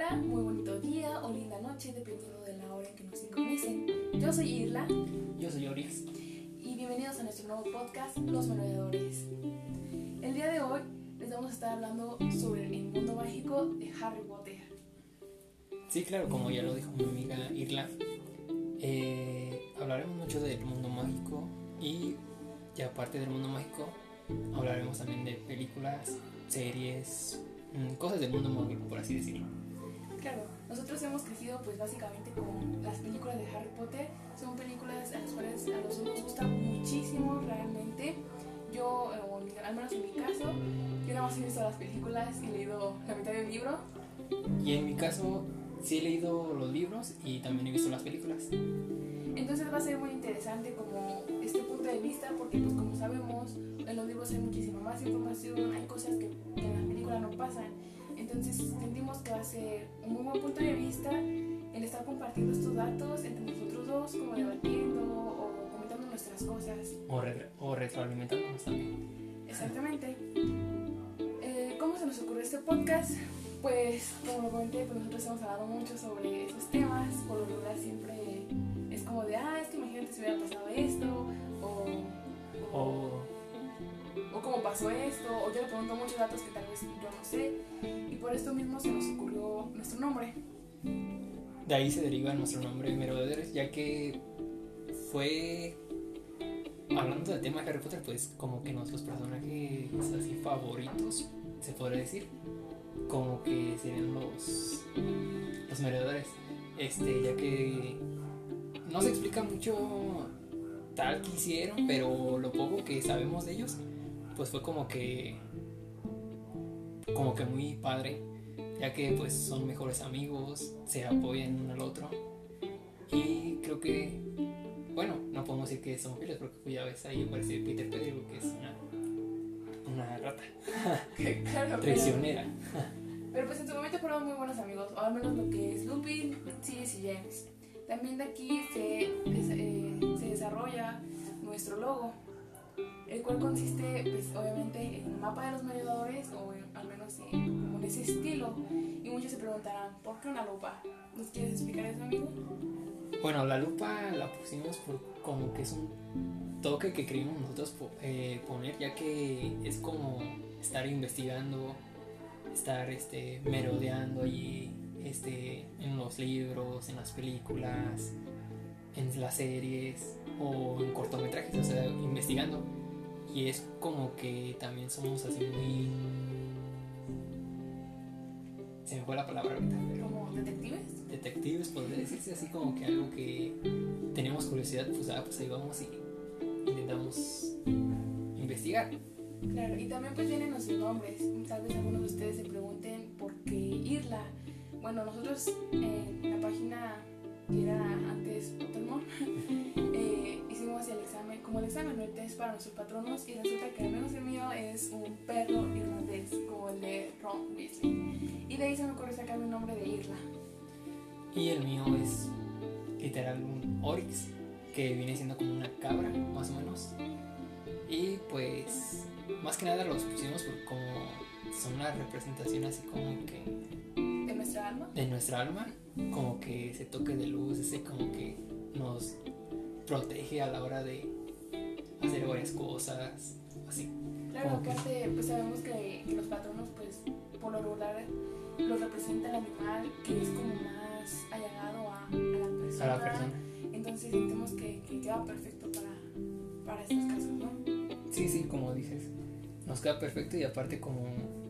Hola, muy bonito día o linda noche, dependiendo de la hora en que nos sincronicen. Yo soy Irla. Yo soy Orix. Y bienvenidos a nuestro nuevo podcast, Los Merodeadores. El día de hoy les vamos a estar hablando sobre el mundo mágico de Harry Potter. Sí, claro, como ya lo dijo mi amiga Irla, hablaremos mucho del mundo mágico y aparte del mundo mágico, hablaremos también de películas, series, cosas del mundo mágico, por así decirlo. Claro, nosotros hemos crecido pues básicamente con las películas de Harry Potter. Son películas a las cuales a los dos nos gusta muchísimo realmente. Yo, al menos en mi caso, yo nada más he visto las películas y he leído la mitad del libro. Y en mi caso, sí he leído los libros y también he visto las películas. Entonces va a ser muy interesante como este punto de vista, porque pues como sabemos, en los libros hay muchísima más información, hay cosas que en la película no pasan. Entonces sentimos que va a ser un muy buen punto de vista el estar compartiendo estos datos entre nosotros dos, como debatiendo o comentando nuestras cosas. O retroalimentándonos también. Exactamente. ¿Cómo se nos ocurrió este podcast? Pues como lo comenté, pues nosotros hemos hablado mucho sobre esos temas. Por lo general siempre es como de, es que imagínate si hubiera pasado esto, o cómo pasó esto, o yo le pregunto muchos datos que tal vez yo no sé, y por esto mismo se nos ocurrió nuestro nombre. De ahí se deriva nuestro nombre, Merodeadores, ya que fue, hablando del tema de Harry Potter, pues como que nuestros personajes así favoritos, se podría decir, como que serían los merodeadores, ya que no se explica mucho tal que hicieron, pero lo poco que sabemos de ellos, pues fue como que muy padre, ya que pues son mejores amigos, se apoyan uno al otro, y creo que, bueno, no podemos decir que son fieles porque pues ya ves ahí aparece Peter Pettigrew, que es una rata Claro, traicionera. Pero pues en su momento fueron muy buenos amigos, o al menos lo que es Lupin, Sirius y James. También de aquí se desarrolla nuestro logo, el cual consiste pues obviamente en un mapa de los merodeadores, o al menos como en ese estilo. Y muchos se preguntarán, ¿por qué una lupa? ¿Nos quieres explicar eso, amigo? Bueno, la lupa la pusimos por como que es un toque que queríamos nosotros poner, ya que es como estar investigando, estar merodeando allí en los libros, en las películas, en las series o en cortometrajes, o sea, investigando. Y es como que también somos así muy... Se me fue la palabra ahorita. ¿Como detectives? Detectives, podría decirse, así como que algo que tenemos curiosidad, pues ahí vamos y intentamos investigar. Claro, y también pues vienen nuestros nombres. Tal vez algunos de ustedes se pregunten por qué Irla. Bueno, nosotros en la página que era antes Pottermore hicimos el examen, como el examen, el test para nuestros patronos, y resulta que al menos el mío es un perro irlandés, como el de Ron Weasley. Y de ahí se me ocurrió sacar mi nombre de Irla. Y el mío es literal un Oryx, que viene siendo como una cabra, más o menos. Y pues, más que nada los pusimos por como son una representación así como que ¿De nuestra alma, como que ese toque de luz, ese como que nos protege a la hora de hacer varias cosas, así. Claro, aparte pues sabemos que los patronos pues por lo regular los representa el animal que es como más allegado a la persona. Entonces sentimos que queda perfecto para estos casos, ¿no? Sí, como dices, nos queda perfecto, y aparte como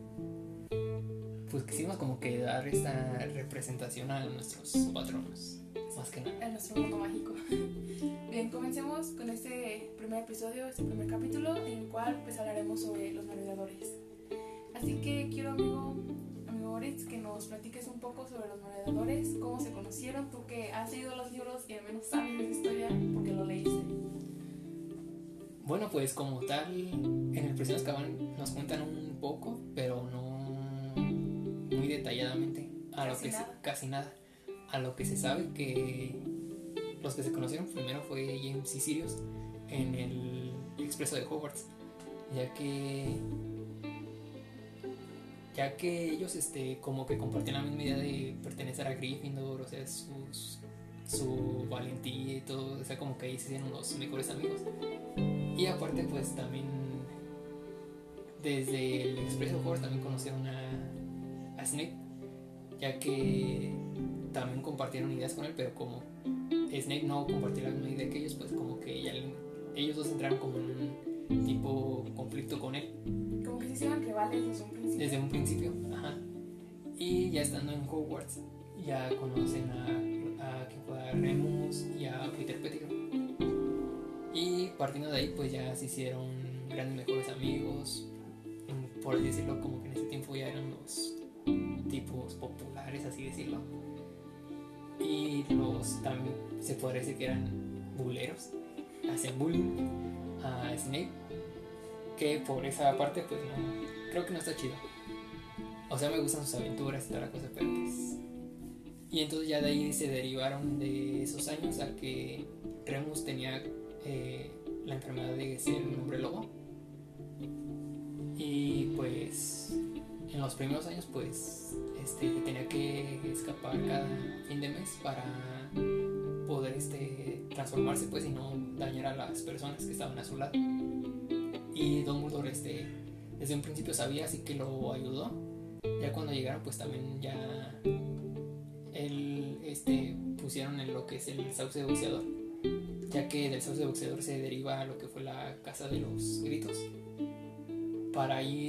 pues quisimos como que dar esta representación a nuestros patronos, más que nada. En nuestro mundo mágico. Bien, comencemos con este primer episodio, este primer capítulo, en el cual pues hablaremos sobre los merodeadores. Así que quiero, amigo Boris, que nos platiques un poco sobre los merodeadores, cómo se conocieron, tú que has leído los libros y al menos sabes de esa historia porque lo leíste. Bueno, pues como tal, en el Prisionero de Azkaban nos cuentan un poco, pero no muy detalladamente, casi nada. A lo que se sabe que los que se conocieron primero fue James y Sirius en el expreso de Hogwarts, ya que ya que ellos como que compartían la misma idea de pertenecer a Gryffindor, o sea, su valentía y todo, o sea, como que ahí se hicieron los mejores amigos. Y aparte pues también desde el Expreso Hogwarts también conocieron a Snape, ya que también compartieron ideas con él, pero como Snape no compartía la misma idea que ellos, pues como que ya ellos dos entraron como en un tipo conflicto con él. Como que se hicieron rivales desde un principio. Desde un principio, ajá. Y ya estando en Hogwarts, ya conocen a que fue a Remus y a Peter Pettigrew. Y partiendo de ahí, pues ya se hicieron grandes mejores amigos. Por así decirlo, como que en ese tiempo ya eran los tipos populares, así decirlo. Y los también se podría decir que eran buleros, hacen bullying a Snape, que por esa parte pues no, creo que no está chido. O sea, me gustan sus aventuras y toda la cosa, pero pues... Y entonces ya de ahí se derivaron de esos años a que Remus tenía la enfermedad de ser un hombre lobo. Y pues en los primeros años pues tenía que escapar cada fin de mes para poder transformarse pues y no dañar a las personas que estaban a su lado. Y Dumbledore desde un principio sabía, así que lo ayudó. Ya cuando llegaron pues también ya pusieron en lo que es el sauce de boxeador, ya que del sauce de boxeador se deriva lo que fue la casa de los gritos, para ahí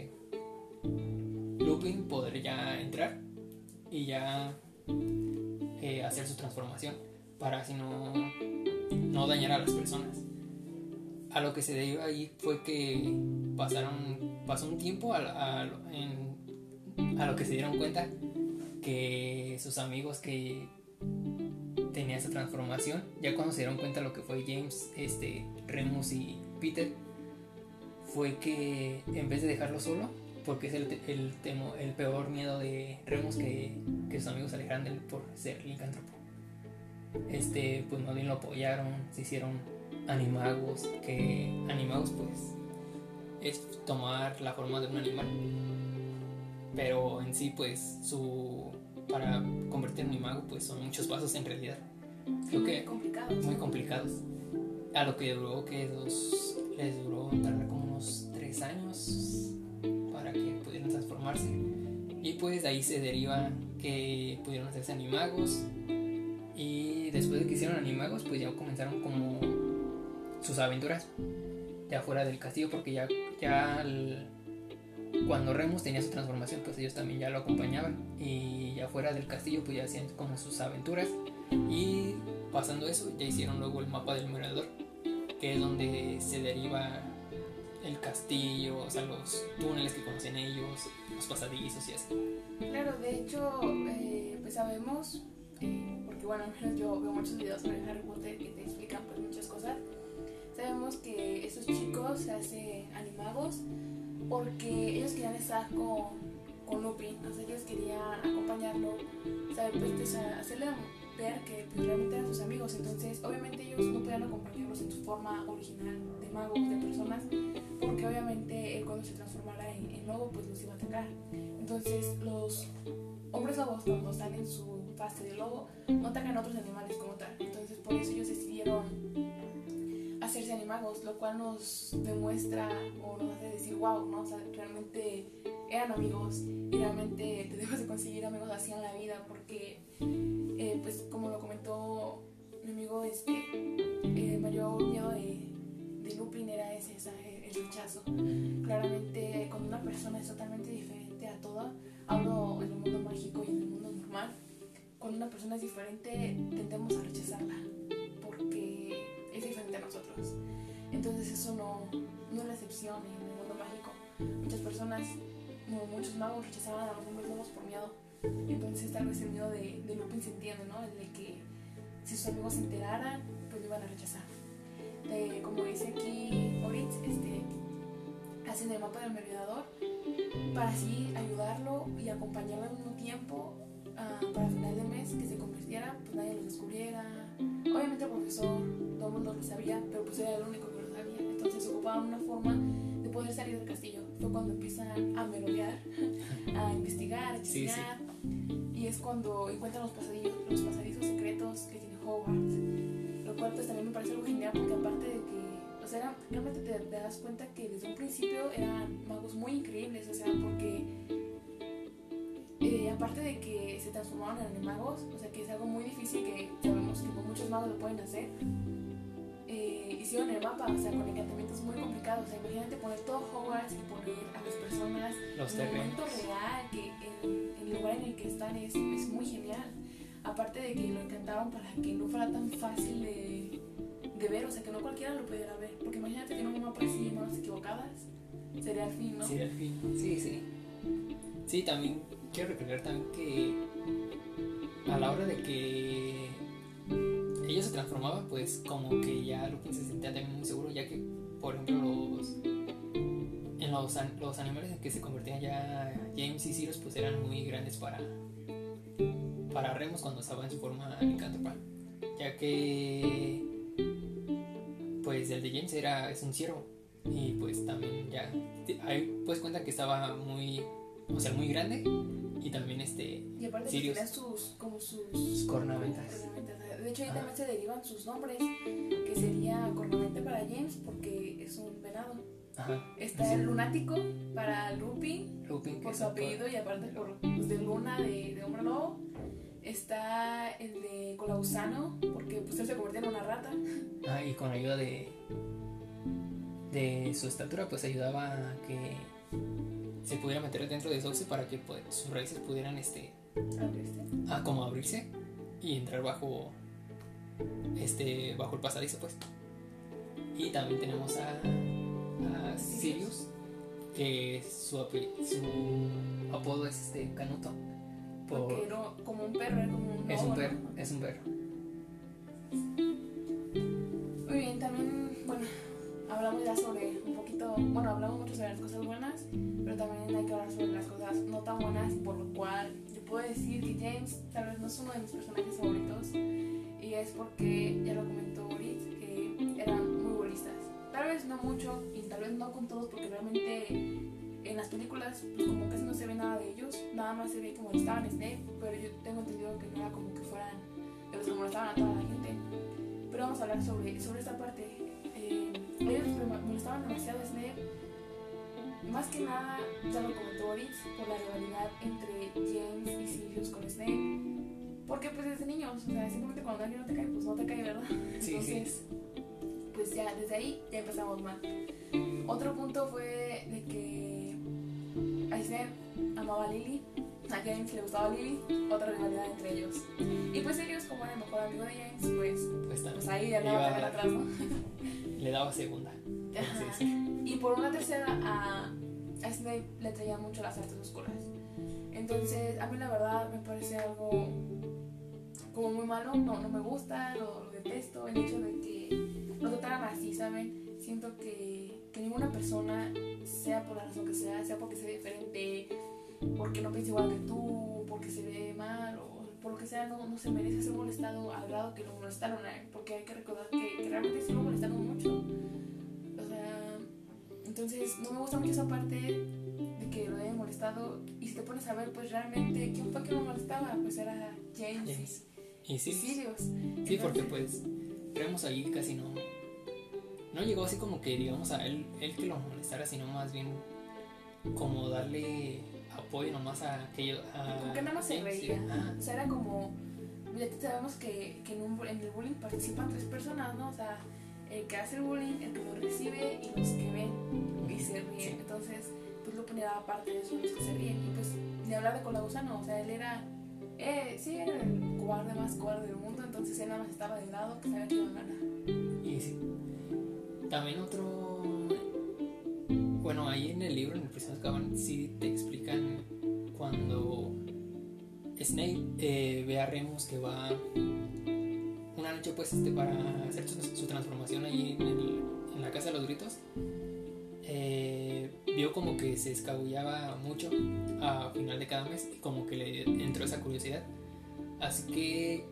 Lupin poder ya entrar y ya hacer su transformación para así no dañar a las personas. A lo que se deriva ahí fue que pasó un tiempo a lo que se dieron cuenta que sus amigos que tenían esa transformación, ya cuando se dieron cuenta lo que fue James, Remus y Peter, fue que en vez de dejarlo solo, porque es el peor miedo de Remus, que sus amigos se alejaran de él por ser licántropo, pues más bien lo apoyaron, se hicieron animagos, que animagos pues es tomar la forma de un animal, pero en sí pues para convertir en animago pues son muchos pasos en realidad, creo que muy complicados, a lo que duró les duró tardar como unos 3 años para que pudieran transformarse. Y pues de ahí se deriva que pudieron hacerse animagos. Y después de que hicieron animagos, pues ya comenzaron como sus aventuras de afuera del castillo, porque ya cuando Remus tenía su transformación, pues ellos también ya lo acompañaban. Y ya fuera del castillo, pues ya hacían como sus aventuras. Y pasando eso, ya hicieron luego el mapa del Merodeador, que es donde se deriva el castillo, o sea, los túneles que conocen ellos, los pasadizos y así. Claro, de hecho, pues sabemos, porque bueno, al menos yo veo muchos videos sobre Harry Potter que te explican pues muchas cosas. Sabemos que esos chicos se hacen animagos porque ellos querían estar con Lupin, o sea, ellos querían acompañarlo, ¿sabes? Pues, hacerle ver que pues, realmente eran sus amigos. Entonces obviamente ellos no podían acompañarlos en su forma original de magos, de personas, porque obviamente él cuando se transformara en lobo pues los iba a atacar. Entonces los hombres lobos, cuando están en su fase de lobo, no atacan a otros animales como tal. Entonces por eso ellos decidieron hacerse animagos, lo cual nos demuestra o nos hace decir wow, ¿no? O sea, realmente eran amigos y realmente te debes de conseguir amigos así en la vida, porque pues como lo comentó mi amigo, el mayor miedo de Lupin era ese, el rechazo. Claramente cuando una persona es totalmente diferente a toda, hablo en el mundo mágico y en el mundo normal, cuando una persona es diferente tendemos a rechazarla porque es diferente a nosotros. Entonces eso no es la excepción en el mundo mágico. Muchas personas, muchos magos rechazaban a los hombres lobos por miedo. Entonces tal vez el miedo de Lupin se entiende, ¿no? El de que si sus amigos se enteraran, pues lo iban a rechazar. Como dice aquí Oritz, hacen el mapa del Merodeador para así ayudarlo y acompañarlo al mismo tiempo, para final del mes que se convirtiera, pues nadie lo descubriera. Obviamente el profesor Dumbledore lo sabía, pero pues era el único que lo sabía. Entonces ocupaban una forma de poder salir del castillo. Fue cuando empiezan a merodear a investigar, a Sí, sí. chismear. Y es cuando encuentran los pasadizos secretos que tiene Hogwarts. Lo cual pues también me parece algo genial porque aparte de que, o sea, realmente te das cuenta que desde un principio eran magos muy increíbles, o sea, porque aparte de que se transformaron en animagos, o sea, que es algo muy difícil que sabemos que muchos magos lo pueden hacer, hicieron el mapa, o sea, con encantamientos muy complicados. O sea, imagínate poner todo Hogwarts y poner a las personas Los en el momento terrenos. real, que el lugar en el que están es muy genial. Aparte de que lo encantaron para que no fuera tan fácil de ver, o sea, que no cualquiera lo pudiera ver. Porque imagínate que en un mapa así, manos equivocadas, sería el fin, ¿no? Sí, al fin. Sí, sí. Sí, también quiero recordar también que a la hora de que ellos se transformaban, pues como que ya Lupin se sentía también muy seguro, ya que, por ejemplo, los animales en que se convertían ya James y Sirius, pues eran muy grandes para Remus cuando estaba en su forma licántropa, ya que pues el de James es un ciervo y pues también ya ahí pues cuenta que estaba muy, o sea, muy grande y también Y aparte que Sirius, tenía sus cornamentas. De hecho ahí también se derivan sus nombres, que sería cornamenta para James porque es un venado. Ajá. Está Sí. el lunático para Lupin Lupin, que por es su un apellido y aparte por pues, de luna de hombre lobo. Está el de Colausano porque pues él se convirtió en una rata. y con ayuda de su estatura pues ayudaba a que se pudiera meter dentro de Sauce para que pues, sus raíces pudieran como abrirse y entrar bajo el pasadizo pues. Y también tenemos a Sirius, que su apodo es Canuto, Porque era como un perro, era como un lobo, ¿no? Es un perro. Muy bien, también, bueno, hablamos ya sobre un poquito, bueno, hablamos mucho sobre las cosas buenas, pero también hay que hablar sobre las cosas no tan buenas, por lo cual yo puedo decir que James tal vez no es uno de mis personajes favoritos, y es porque, ya lo comentó Boris, que eran muy bolistas. Tal vez no mucho, y tal vez no con todos, porque realmente en las películas, pues como casi no se ve nada de ellos, nada más se ve como estaban Snape, pero yo tengo entendido que no era como que fueran de los que molestaban a toda la gente. Pero vamos a hablar sobre esta parte. Ellos molestaban demasiado a Snape, más que nada, ya lo comentó Boris, por la rivalidad entre James y Sirius con Snape. Porque pues desde niños, o sea, simplemente cuando alguien no te cae, pues no te cae, ¿verdad? Sí, entonces, pues ya desde ahí ya empezamos mal. Otro punto fue de que a Snape amaba a Lily, a James le gustaba Lily, otra rivalidad entre ellos. Y pues Sirius, como era el mejor amigo de James, pues ahí andaba también atrás, ¿no? Le daba segunda. Ajá. Y por una tercera a Snape le traían mucho las artes oscuras. Entonces a mí la verdad me parece algo como muy malo, no me gusta, lo detesto, el hecho de que lo trataran así, ¿saben? Siento que ninguna persona, sea por la razón que sea porque sea diferente, porque no piensa igual que tú, porque se ve mal o por lo que sea, no se merece ser molestado al grado que lo molestaron a él, porque hay que recordar que realmente sí lo molestaron mucho. O sea, entonces no me gusta mucho esa parte de que lo hayan molestado, y si te pones a ver, pues realmente ¿quién fue que lo molestaba? Pues era James. Y Sirius. Sí, porque pues Remus ahí casi no llegó así como que digamos a él que lo molestara, sino más bien como darle apoyo nomás a aquello. Como que nada más se reía. Sí. O sea, era como, ya sabemos que en el bullying participan 3 personas, ¿no? O sea, el que hace el bullying, el que lo recibe y los que ven y se ríen. Sí. Entonces, pues lo ponía aparte de eso, los que se ríen. Y pues ni hablar de Colausano, o sea, él era el cobarde más cobarde del mundo, entonces él nada más estaba de lado, que sabía que iba a ganar. Y sí. También bueno, ahí en el libro, en el Prisionero de Azkaban, sí te explican cuando Snape ve a Remus que va una noche pues para hacer su transformación ahí en la casa de los gritos. Vio como que se escabullaba mucho a final de cada mes y como que le entró esa curiosidad, así que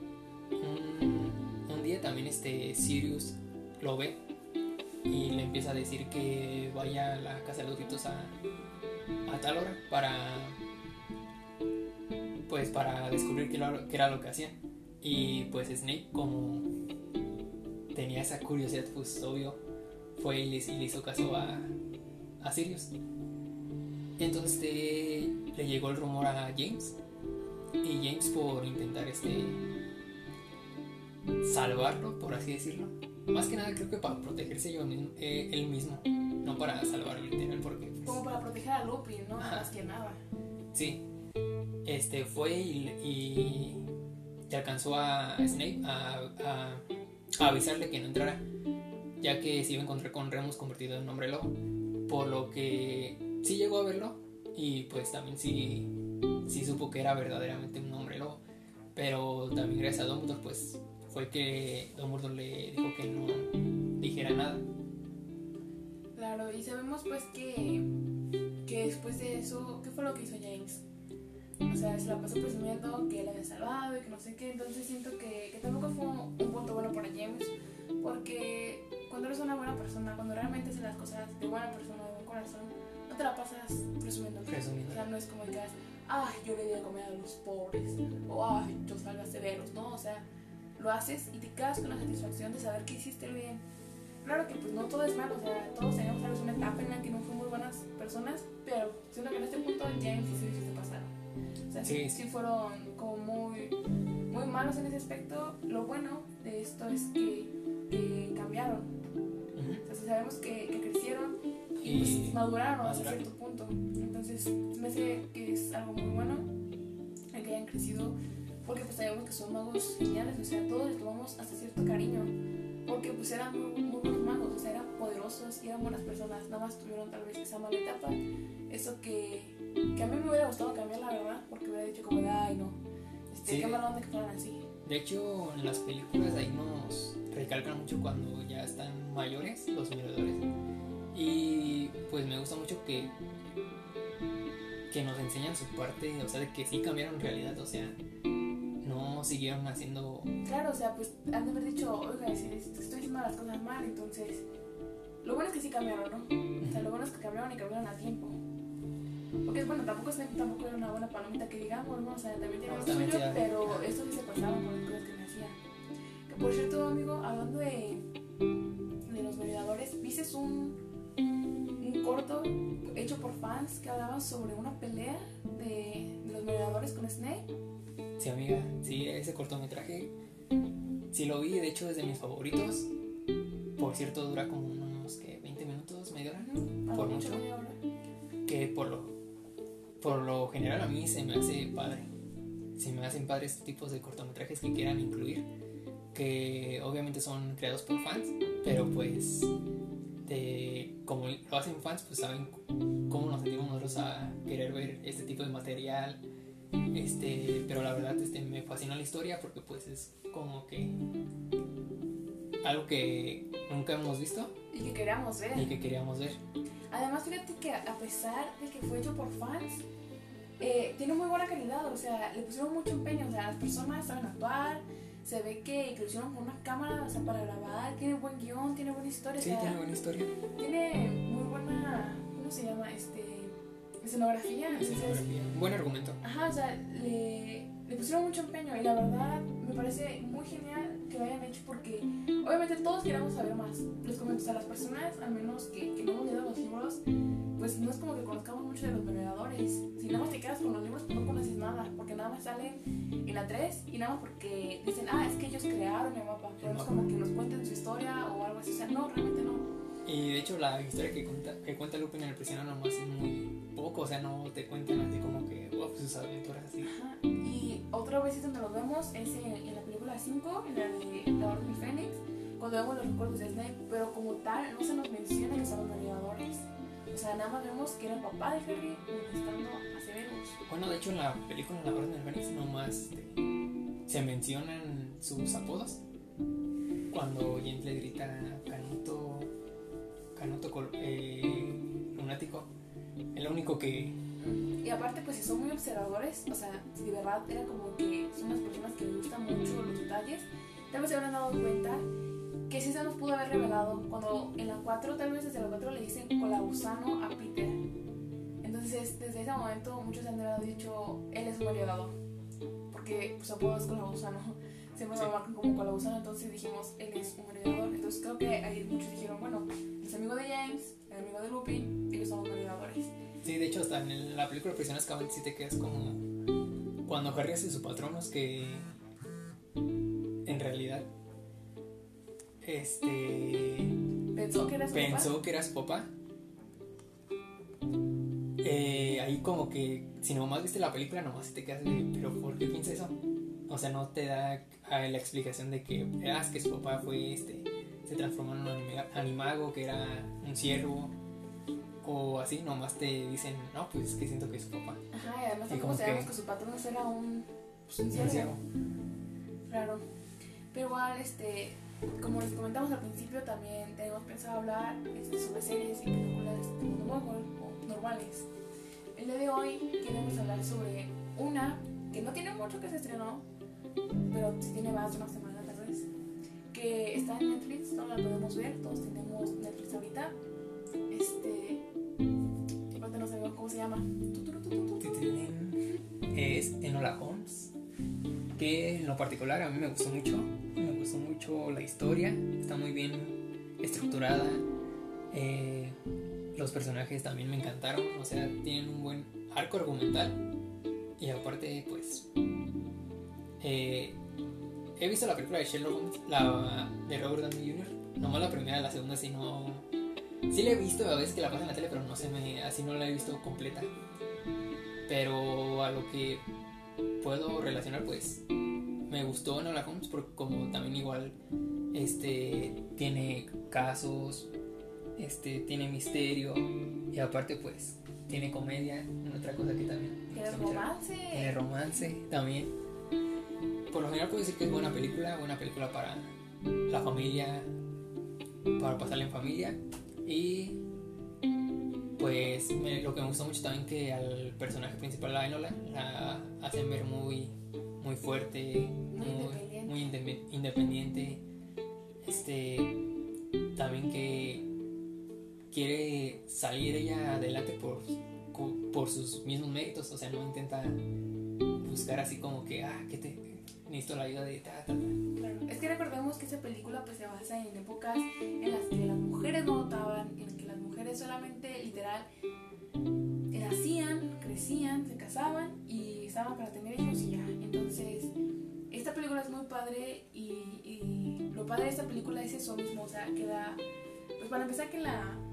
un día también Sirius lo ve y le empieza a decir que vaya a la casa de los gritos a tal hora pues para descubrir qué era lo que hacían. Y pues Snape, como tenía esa curiosidad, pues obvio fue y le hizo caso a Sirius. Entonces le llegó el rumor a James, y James, por intentar salvarlo, por así decirlo, más que nada creo que para protegerse él mismo, no para salvarlo literal, porque pues, como para proteger a Lupin, ¿no? Más que nada. Sí, fue y alcanzó a Snape a avisarle que no entrara, ya que se iba a encontrar con Remus convertido en un hombre lobo, por lo que sí llegó a verlo, y pues también sí supo que era verdaderamente un hombre lobo. Pero también gracias a Dumbledore pues fue que Dumbledore le dijo que no dijera nada. Claro, y sabemos pues que después de eso, ¿qué fue lo que hizo James? O sea, se la pasó presumiendo que él había salvado y que no sé qué. Entonces siento que tampoco fue un punto bueno para James, porque cuando eres una buena persona, cuando realmente haces las cosas de buena persona, de buen corazón, no te la pasas presumiendo. O sea, no es como que ay, yo le di a comer a los pobres, o ay, yo salgo a severos, ¿no? O sea, lo haces y te quedas con la satisfacción de saber que hiciste el bien. Claro que pues no todo es malo, o sea, todos tenemos tal vez una etapa en la que no fuimos buenas personas, pero siento que en este punto James y Sirius se pasaron. O sea, sí fueron como muy malos en ese aspecto. Lo bueno de esto es que cambiaron. O sea, sabemos que crecieron y pues maduraron hasta cierto punto. Entonces me hace que es algo muy bueno el que hayan crecido, porque pues sabemos que son magos geniales. O sea, todos les tomamos hasta cierto cariño, porque pues eran muy buenos magos, o sea, eran poderosos y eran buenas personas. Nada más tuvieron tal vez esa mala etapa, eso que a mí me hubiera gustado cambiar, la verdad, porque hubiera dicho como de ay no, qué mala onda que fueran así. De hecho, en las películas ahí nos recalcan mucho cuando ya están mayores los merodeadores, y pues me gusta mucho que nos enseñan su parte, o sea, de que sí cambiaron en realidad, o sea, no siguieron haciendo... Claro, o sea, pues han de haber dicho, oiga, si estoy haciendo las cosas mal, entonces... Lo bueno es que sí cambiaron, ¿no? O sea, lo bueno es que cambiaron y cambiaron a tiempo. Porque, bueno, tampoco era una buena palomita que digamos, ¿no? O sea, también tenía lo suyo, pero esto sí se pasaban con las cosas que me hacían. Que, por cierto, amigo, hablando de los merodeadores, ¿viste un corto hecho por fans que hablaba sobre una pelea de los merodeadores con Snape? Sí, amiga, sí, ese cortometraje sí lo vi, de hecho es de mis favoritos. Por cierto, dura como unos 20 minutos, media hora, por mucho. Que por lo general a mí se me hace padre. Se me hacen padres estos tipos de cortometrajes que quieran incluir, que obviamente son creados por fans, pero pues como lo hacen fans, pues saben cómo nos sentimos nosotros a querer ver este tipo de material. Pero la verdad me fascina la historia, porque pues es como que algo que nunca hemos visto y que queríamos ver. Además, fíjate que a pesar de que fue hecho por fans, tiene muy buena calidad. O sea, le pusieron mucho empeño. O sea, las personas saben actuar, se ve que lo hicieron con una cámara, o sea, para grabar. Tiene buen guión, tiene buena historia. Sí, tiene buena historia. Tiene muy buena, ¿cómo se llama? Escenografía. Un buen argumento. Ajá, o sea, le pusieron mucho empeño, y la verdad me parece muy genial que lo hayan hecho, porque obviamente todos queremos saber más. Les comento, o sea, las personas, al menos que no hemos leído los libros, pues no es como que conozcamos mucho de los merodeadores. Si nada más te quedas con los libros, pues no conoces nada, porque nada más salen en la 3 y nada más porque dicen, es que ellos crearon el mapa, pero no es como que nos cuenten su historia o algo así. O sea, no, realmente no. Y de hecho la historia que cuenta Lupin en el prisionero nomás es muy poco, o sea, no te cuentan así como que sus aventuras así. Ajá. Y otra vez donde los vemos es en la película 5, en la de La Orden del Fénix, cuando vemos los recuerdos de Snape, pero como tal no se nos menciona que son los merodeadores. O sea, nada más vemos que era el papá de Harry molestando a Severus. Bueno, de hecho en la película La Orden del Fénix nomás se mencionan sus apodos. Cuando James le grita Canuto lunático, es lo único que... Y aparte, pues si son muy observadores, o sea, si de verdad era como que son unas personas que les gustan mucho los detalles, tal vez se habrán dado cuenta que sí se nos pudo haber revelado cuando en la 4, tal vez desde la 4 le dicen colagusano a Peter. Entonces, desde ese momento muchos han dicho, él es un merodeador. porque su apodo es Colabusano, siempre Sí. lo marcan como Colabusano, entonces dijimos, él es un merodeador. Entonces creo que ahí muchos dijeron, bueno, es amigo de James, el amigo de Lupin, ellos son los merodeadores. Sí, de hecho, hasta en la película Prisioneros Azkaban sí te quedas como cuando Harry hace su patronos que en realidad Pensó que era su pensó papá. que era su papá. Ahí como que si nomás viste la película nomás te quedas de, pero ¿por qué piensa eso? O sea, no te da la explicación de que es que su papá fue se transformó en un animago, que era un ciervo o así, nomás te dicen, no, pues es que siento que es su papá. Ajá, y además Y tampoco como sabemos que- que su patrón era un Un ciervo. ciervo. Claro. Pero igual, como les comentamos al principio, también tenemos pensado hablar sobre series y películas como normales. El día de hoy queremos hablar sobre una que no tiene mucho que se estrenó, pero sí tiene más de una semana tal vez, que está en Netflix, no la podemos ver, todos tenemos Netflix ahorita. Ahorita no sabemos cómo se llama. Es Enola Holmes, que en lo particular a mí me gustó mucho la historia, está muy bien estructurada, los personajes también me encantaron, o sea, tienen un buen arco argumental y aparte pues he visto la película de Sherlock Holmes, la de Robert Downey Jr., nomás la primera, la segunda sí no, sí la he visto a veces que la pasan en la tele, pero así no la he visto completa. Pero a lo que puedo relacionar, pues me gustó Enola Holmes porque como también igual tiene casos, tiene misterio y aparte pues tiene comedia, otra cosa que también me Tiene gusta mucho. romance. Tiene romance también. Por lo general puedo decir que es buena película para la familia, para pasarla en familia. Y pues lo que me gustó mucho también que al personaje principal, la Enola, la hacen ver muy, muy fuerte, muy independiente. También que quiere salir ella adelante por sus mismos méritos, o sea, no intenta buscar así como que necesito la ayuda de ta. Claro. Es que recordemos que esa película pues se basa en épocas en las que las mujeres no votaban, en las que las mujeres solamente literal nacían, crecían, se casaban y estaban para tener hijos y ya. Entonces esta película es muy padre y lo padre de esta película es eso mismo, o sea, que pues para empezar que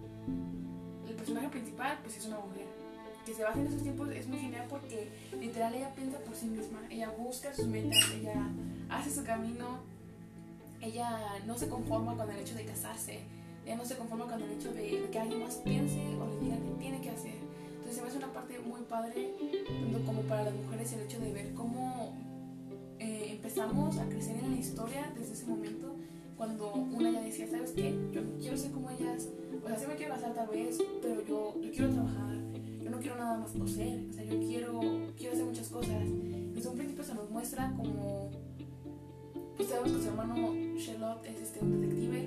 el personaje principal pues es una mujer que se basa en esos tiempos. Es muy genial porque literal ella piensa por sí misma, ella busca sus metas, ella hace su camino, ella no se conforma con el hecho de casarse, ella no se conforma con el hecho de que alguien más piense o le diga que tiene que hacer. Entonces se me hace una parte muy padre, tanto como para las mujeres, el hecho de ver cómo empezamos a crecer en la historia desde ese momento, cuando una ya decía, ¿sabes qué? Yo no quiero ser como ellas, o sea, sí me quiero casar tal vez, pero yo quiero trabajar, yo no quiero nada más coser, o sea, yo quiero hacer muchas cosas. Desde un principio se nos muestra como, pues sabemos que su hermano Sherlock es un detective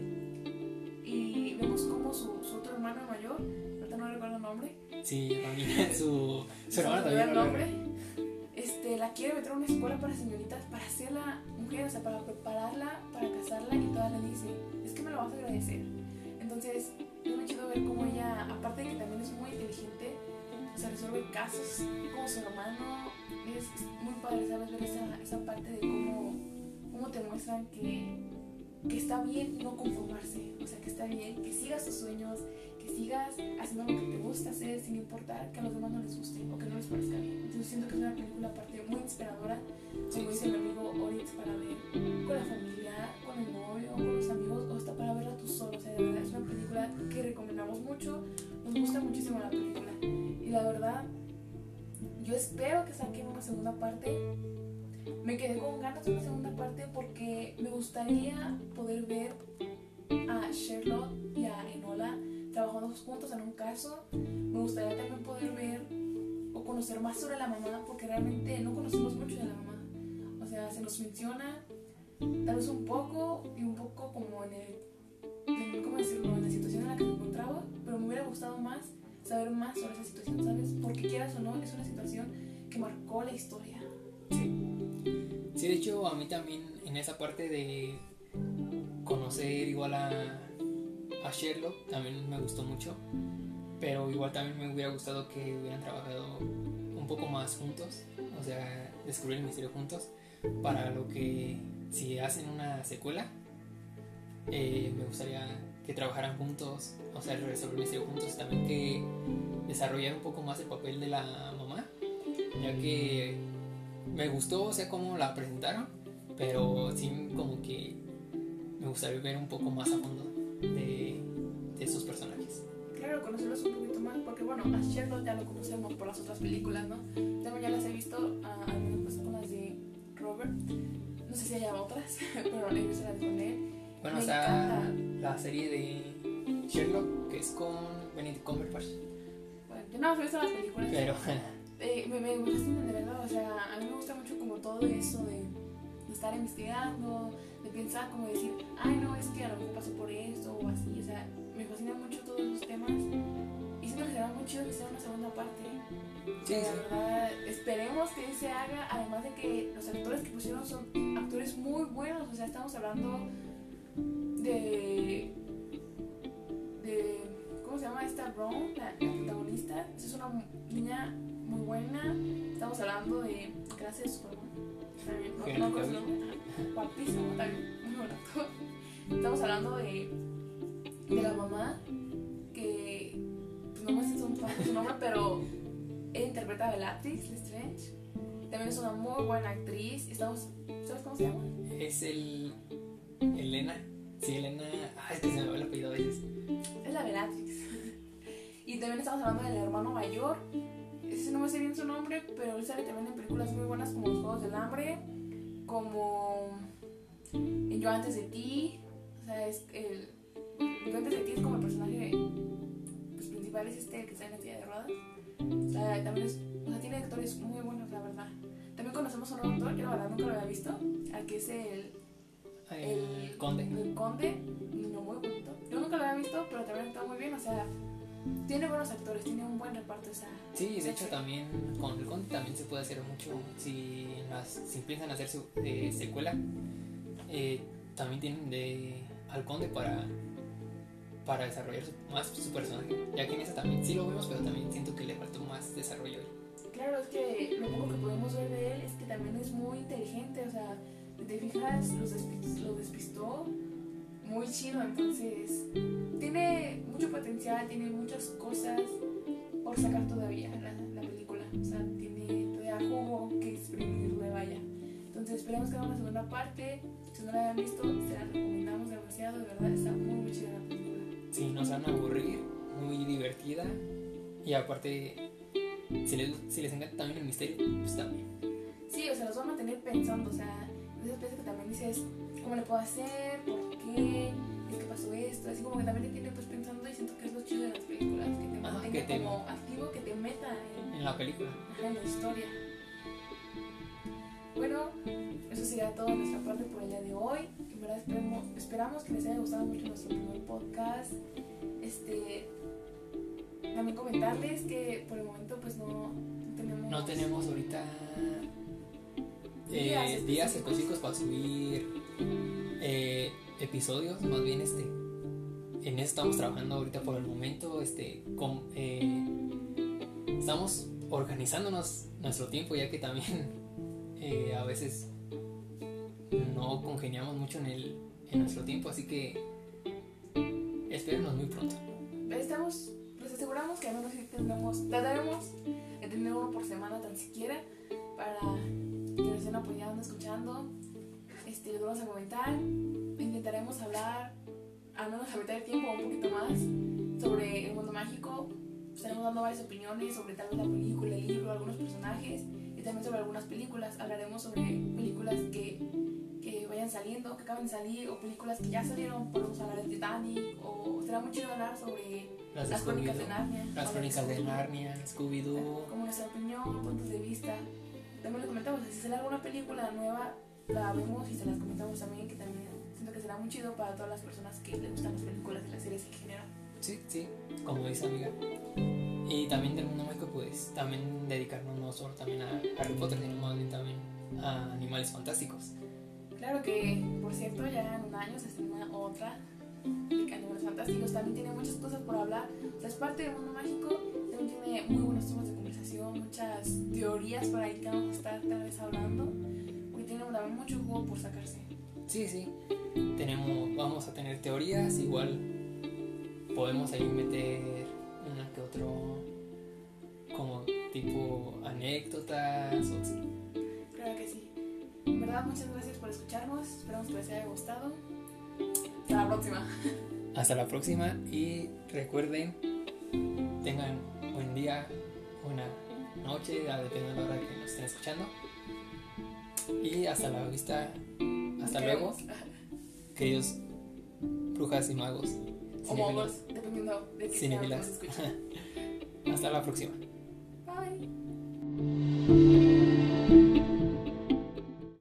y vemos como su otro hermano mayor, ahorita no recuerdo el nombre. Sí, también su hermana olvidó también el nombre. La quiere meter a una escuela para señoritas, para hacerla mujer, o sea, para prepararla, para casarla, y toda le dice, es que me lo vas a agradecer. Entonces, es muy chido ver cómo ella, aparte de que también es muy inteligente, o sea, resuelve casos como su hermano. Es muy padre, ¿sabes? Ver esa parte de cómo te muestran que está bien no conformarse, o sea, que está bien que sigas tus sueños, que sigas haciendo lo que te gusta hacer sin importar que a los demás no les guste o que no les parezca bien. Entonces siento que es una película aparte muy inspiradora, como dice mi amigo Oritz, para ver con la familia, con el novio, con los amigos, o hasta para verla tú solo. O sea, de verdad es una película que recomendamos mucho, nos gusta muchísimo la película y la verdad yo espero que saquen una segunda parte. Me quedé con ganas de una segunda parte porque me gustaría poder ver a Sherlock y a Enola trabajando juntos en un caso. Me gustaría también poder ver o conocer más sobre la mamá, porque realmente no conocemos mucho de la mamá. O sea, se nos menciona tal vez un poco y un poco como ¿cómo decirlo? En la situación en la que se encontraba, pero me hubiera gustado más saber más sobre esa situación, ¿sabes? Porque quieras o no, es una situación que marcó la historia. Sí. Sí, de hecho a mí también en esa parte de conocer igual a Sherlock también me gustó mucho, pero igual también me hubiera gustado que hubieran trabajado un poco más juntos, o sea, descubrir el misterio juntos, para lo que si hacen una secuela, me gustaría que trabajaran juntos, o sea, resolver el misterio juntos, también que desarrollar un poco más el papel de la mamá, ya que me gustó, o sea, cómo la presentaron, pero sí como que me gustaría ver un poco más a fondo de esos personajes. Claro, conocerlos un poquito más, porque bueno, a Sherlock ya lo conocemos por las otras películas, ¿no? También ya las he visto, al menos pues con las de Robert. No sé si haya otras, pero he visto las con él. Bueno, Me está encanta. la serie de Sherlock, que es con Benedict Cumberbatch, Bueno, yo no he visto las películas. pero Me fascinan de verdad, o sea, a mí me gusta mucho como todo eso de estar investigando, de pensar como decir, ay no, es que a lo mejor pasó por esto o así, o sea, me fascinan mucho todos esos temas y siento que será muy chido que sea una segunda parte. sí, La verdad, esperemos que se haga, además de que los actores que pusieron son actores muy buenos, o sea, estamos hablando de ¿cómo se llama esta Brown, la protagonista? Es una niña muy buena. Estamos hablando de clase de Superman. También, no recuerdo su nombre. Guapísimo, también, muy buen actor. Estamos hablando de la mamá, que pues no me sé su nombre, pero ella interpreta a Bellatrix Lestrange. También es una muy buena actriz. ¿Sabes cómo se llama? es Elena. Sí, Elena. Es que se me va el apellido a veces. Es la Bellatrix. Y también estamos hablando del hermano mayor. Ese no me sé bien su nombre, pero él sale también en películas muy buenas como Los Juegos del Hambre, como Yo antes de ti. O sea, Yo antes de ti es como el personaje pues, principal, es el que está en la silla de ruedas. O sea, también tiene actores muy buenos, la verdad. También conocemos a un autor, yo la verdad nunca lo había visto, al que es El Conde. El Conde, niño muy bonito. Yo nunca lo había visto, pero también está muy bien, o sea, tiene buenos actores, tiene un buen reparto. O sea, Sí, de hecho también con el Conde también se puede hacer mucho si piensan hacer su secuela. También tienen al Conde para desarrollar más su personaje, ya que en esa también sí lo vemos, pero también siento que le faltó más desarrollo. Claro, es que lo poco que podemos ver de él es que también es muy inteligente, o sea, si te fijas, lo despistó muy chido, entonces tiene mucho potencial, tiene muchas cosas por sacar todavía la película, o sea, tiene todavía jugo que exprimirle, vaya. Entonces esperemos que haga una segunda parte. Si no la hayan visto, se la recomendamos demasiado, de verdad está muy muy chida la película. Sí, no se van a aburrir, muy divertida, y aparte si les encanta también el misterio, pues también. Sí, o sea, los va a mantener pensando, o sea, de esas veces que también dices, ¿cómo le puedo hacer? ¿Por qué? ¿Es que pasó esto? Así como que también te tiene pues pensando, y siento que es lo chido de las películas, que te mantenga como activo, que te meta en la película, en la historia. Bueno, eso sería todo de nuestra parte por el día de hoy. En verdad esperamos que les haya gustado mucho nuestro primer podcast. También comentarles que por el momento pues no tenemos ahorita días específicos para subir episodios, más bien en eso estamos trabajando ahorita por el momento. Estamos organizándonos nuestro tiempo, ya que también a veces no congeniamos mucho en nuestro tiempo, así que espérenos muy pronto. Les aseguramos que al menos trataremos de tener uno por semana tan siquiera, para que nos estén apoyando, escuchando. Les vamos a comentar, intentaremos hablar al menos a mitad del tiempo o un poquito más sobre el mundo mágico. Estaremos dando varias opiniones sobre tal vez la película, el libro, algunos personajes, y también sobre algunas películas. Hablaremos sobre películas que vayan saliendo, que acaben de salir, o películas que ya salieron. Podemos hablar de Titanic, o será muy chido hablar sobre las crónicas de Narnia. Las crónicas de Narnia, Scooby-Doo. Como nuestra opinión, puntos de vista. También les comentamos, si sale alguna película nueva, la vemos y se las comentamos también, que también siento que será muy chido para todas las personas que les gustan las películas y las series en general. Sí, como dice amiga. Y también del mundo mágico, pues también dedicarnos no solo también a Harry Potter, sino más bien también a Animales Fantásticos. Claro que, por cierto, ya en un año se estrena otra de Animales Fantásticos. También tiene muchas cosas por hablar. O sea, es parte del mundo mágico. También tiene muy buenos temas de conversación, muchas teorías por ahí que vamos a estar tal vez hablando. Porque tiene también mucho juego por sacarse. Sí. Vamos a tener teorías, igual podemos ahí meter una que otro como tipo anécdotas o así. Claro que sí. En verdad, muchas gracias por escucharnos. Esperamos que les haya gustado. Hasta la próxima. Hasta la próxima y recuerden, tengan buen día, buena noche, dependiendo de la hora que nos estén escuchando. Y hasta la vista, hasta luego, queridos brujas y magos. O magos, dependiendo de qué sea lo que nos escuchen. Hasta la próxima. Bye.